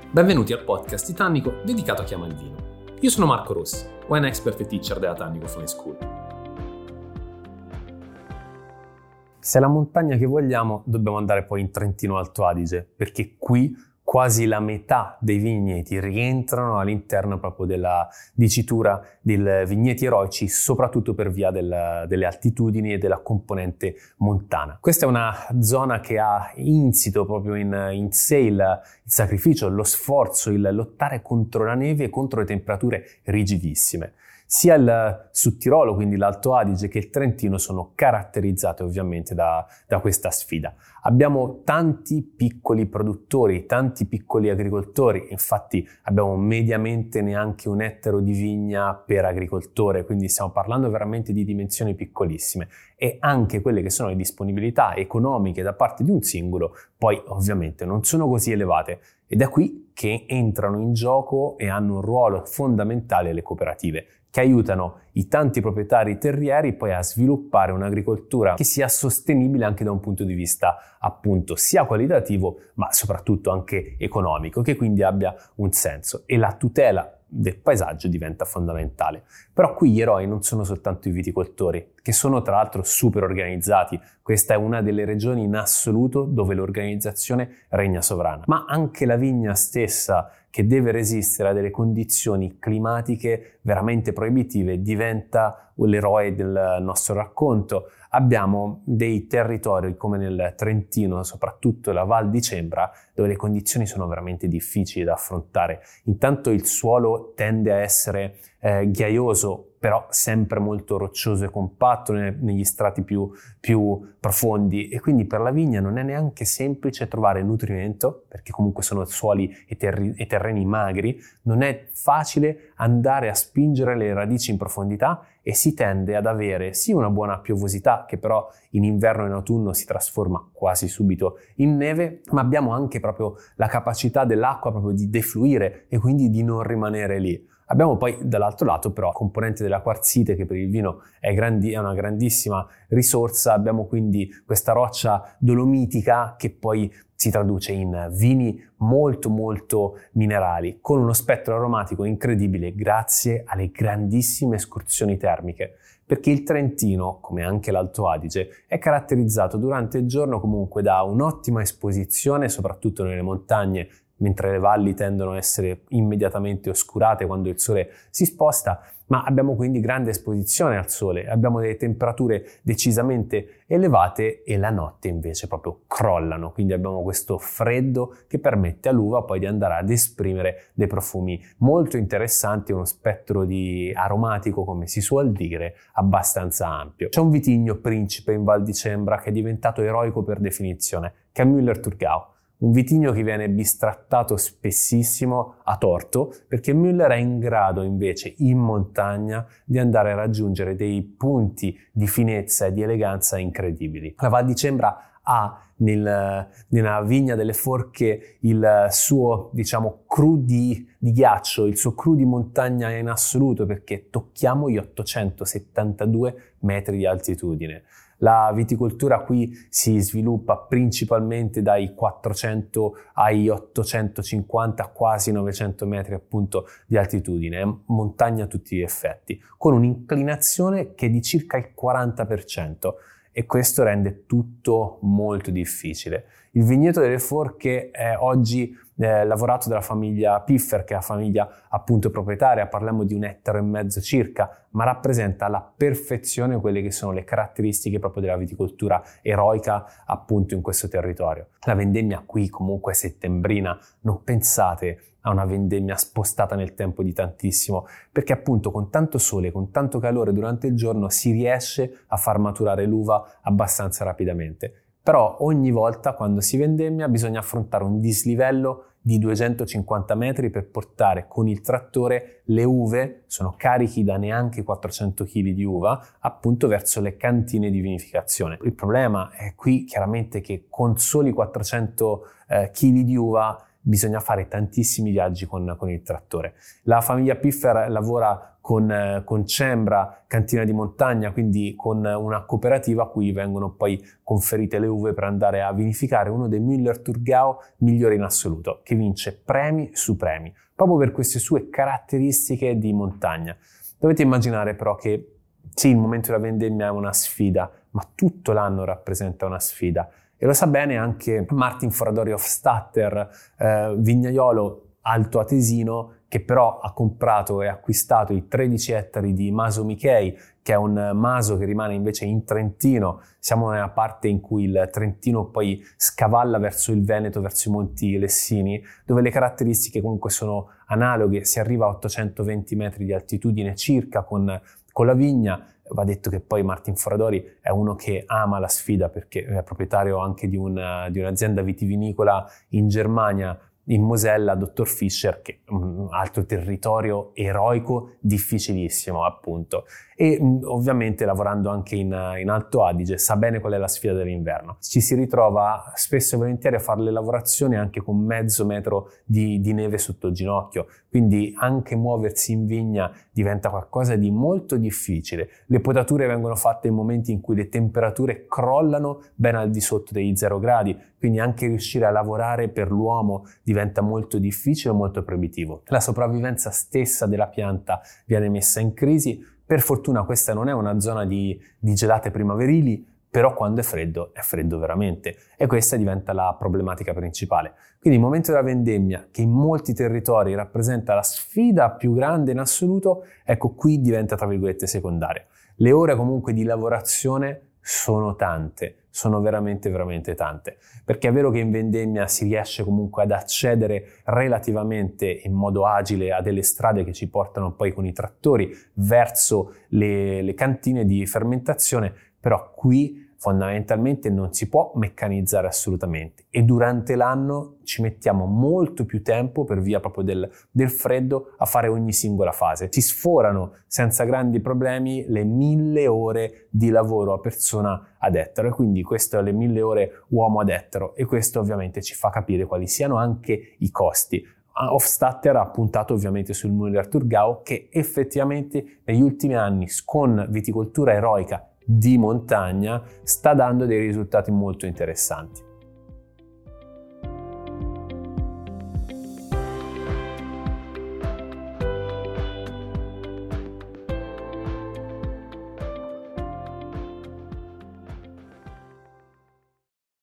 Benvenuti al podcast di Tannico dedicato a chi ama il vino. Io sono Marco Rossi, wine expert e teacher della Tannico Fine School. Se è la montagna che vogliamo, dobbiamo andare poi in Trentino Alto Adige, perché qui quasi la metà dei vigneti rientrano all'interno proprio della dicitura dei vigneti eroici, soprattutto per via delle altitudini e della componente montana. Questa è una zona che ha insito proprio in sé il sacrificio, lo sforzo, il lottare contro la neve e contro le temperature rigidissime. Sia il Sudtirolo, quindi l'Alto Adige, che il Trentino sono caratterizzate ovviamente da questa sfida. Abbiamo tanti piccoli produttori, tanti piccoli agricoltori, infatti abbiamo mediamente neanche un ettaro di vigna per agricoltore, quindi stiamo parlando veramente di dimensioni piccolissime, e anche quelle che sono le disponibilità economiche da parte di un singolo poi ovviamente non sono così elevate, ed è qui che entrano in gioco e hanno un ruolo fondamentale le cooperative, che aiutano i tanti proprietari terrieri poi a sviluppare un'agricoltura che sia sostenibile anche da un punto di vista appunto sia qualitativo ma soprattutto anche economico, che quindi abbia un senso, e la tutela del paesaggio diventa fondamentale. Però qui gli eroi non sono soltanto i viticoltori, che sono tra l'altro super organizzati. Questa è una delle regioni in assoluto dove l'organizzazione regna sovrana, ma anche la vigna stessa, che deve resistere a delle condizioni climatiche veramente proibitive, diventa l'eroe del nostro racconto. Abbiamo dei territori come nel Trentino, soprattutto la Val di Cembra, dove le condizioni sono veramente difficili da affrontare. Intanto il suolo tende a essere ghiaioso, però sempre molto roccioso e compatto negli strati più profondi, e quindi per la vigna non è neanche semplice trovare nutrimento, perché comunque sono suoli e terreni magri. Non è facile andare a spingere le radici in profondità e si tende ad avere sì una buona piovosità, che però in inverno e in autunno si trasforma quasi subito in neve, ma abbiamo anche proprio la capacità dell'acqua proprio di defluire e quindi di non rimanere lì. Abbiamo poi dall'altro lato però componente della quarzite, che per il vino è una grandissima risorsa. Abbiamo quindi questa roccia dolomitica che poi si traduce in vini molto molto minerali, con uno spettro aromatico incredibile grazie alle grandissime escursioni termiche, perché il Trentino, come anche l'Alto Adige, è caratterizzato durante il giorno comunque da un'ottima esposizione, soprattutto nelle montagne, mentre le valli tendono a essere immediatamente oscurate quando il sole si sposta, ma abbiamo quindi grande esposizione al sole, abbiamo delle temperature decisamente elevate e la notte invece proprio crollano, quindi abbiamo questo freddo che permette all'uva poi di andare ad esprimere dei profumi molto interessanti, uno spettro di aromatico, come si suol dire, abbastanza ampio. C'è un vitigno principe in Val di Cembra che è diventato eroico per definizione, che è Müller-Thurgau. Un vitigno che viene bistrattato spessissimo a torto, perché Müller è in grado invece in montagna di andare a raggiungere dei punti di finezza e di eleganza incredibili. La Val di Cembra ha nella vigna delle Forche il suo, cru di ghiaccio, il suo cru di montagna in assoluto, perché tocchiamo gli 872 metri di altitudine. La viticoltura qui si sviluppa principalmente dai 400 ai 850, quasi 900 metri appunto di altitudine, è montagna a tutti gli effetti, con un'inclinazione che è di circa il 40%, e questo rende tutto molto difficile. Il vigneto delle Forche è oggi lavorato dalla famiglia Piffer, che è la famiglia appunto proprietaria. Parliamo di 1,5 ettari circa, ma rappresenta alla perfezione quelle che sono le caratteristiche proprio della viticoltura eroica appunto in questo territorio. La vendemmia qui comunque è settembrina, non pensate a una vendemmia spostata nel tempo di tantissimo, perché appunto con tanto sole, con tanto calore durante il giorno si riesce a far maturare l'uva abbastanza rapidamente. Però ogni volta quando si vendemmia bisogna affrontare un dislivello di 250 metri per portare con il trattore le uve, sono carichi da neanche 400 kg di uva, appunto verso le cantine di vinificazione. Il problema è qui chiaramente che con soli 400 kg di uva bisogna fare tantissimi viaggi con il trattore. La famiglia Piffer lavora con Cembra, cantina di montagna, quindi con una cooperativa a cui vengono poi conferite le uve per andare a vinificare uno dei Müller-Thurgau migliori in assoluto, che vince premi su premi, proprio per queste sue caratteristiche di montagna. Dovete immaginare però che sì, il momento della vendemmia è una sfida, ma tutto l'anno rappresenta una sfida. E lo sa bene anche Martin Foradori Hofstadter, vignaiolo altoatesino, che però ha comprato e acquistato i 13 ettari di Maso Michei, che è un maso che rimane invece in Trentino. Siamo nella parte in cui il Trentino poi scavalla verso il Veneto, verso i Monti Lessini, dove le caratteristiche comunque sono analoghe. Si arriva a 820 metri di altitudine circa con la vigna. Va detto che poi Martin Foradori è uno che ama la sfida, perché è proprietario anche di un'azienda vitivinicola in Germania, in Mosella, Dr. Fischer, che è un altro territorio eroico, difficilissimo appunto. E ovviamente lavorando anche in Alto Adige sa bene qual è la sfida dell'inverno. Ci si ritrova spesso e volentieri a fare le lavorazioni anche con mezzo metro di neve sotto il ginocchio, quindi anche muoversi in vigna diventa qualcosa di molto difficile. Le potature vengono fatte in momenti in cui le temperature crollano ben al di sotto degli 0 gradi, quindi anche riuscire a lavorare per l'uomo diventa molto difficile e molto proibitivo. La sopravvivenza stessa della pianta viene messa in crisi. Per fortuna questa non è una zona di gelate primaverili, però quando è freddo veramente, e questa diventa la problematica principale. Quindi il momento della vendemmia, che in molti territori rappresenta la sfida più grande in assoluto, ecco, qui diventa tra virgolette secondaria. Le ore comunque di lavorazione sono tante, sono veramente tante, perché è vero che in vendemmia si riesce comunque ad accedere relativamente in modo agile a delle strade che ci portano poi con i trattori verso le cantine di fermentazione, però qui fondamentalmente non si può meccanizzare assolutamente, e durante l'anno ci mettiamo molto più tempo per via proprio del freddo a fare ogni singola fase. Si sforano senza grandi problemi le 1000 ore di lavoro a persona ad ettaro, e quindi questo è le 1000 ore uomo ad ettaro, e questo ovviamente ci fa capire quali siano anche i costi. Hofstadter ha puntato ovviamente sul Müller-Thurgau, che effettivamente negli ultimi anni con viticoltura eroica di montagna sta dando dei risultati molto interessanti.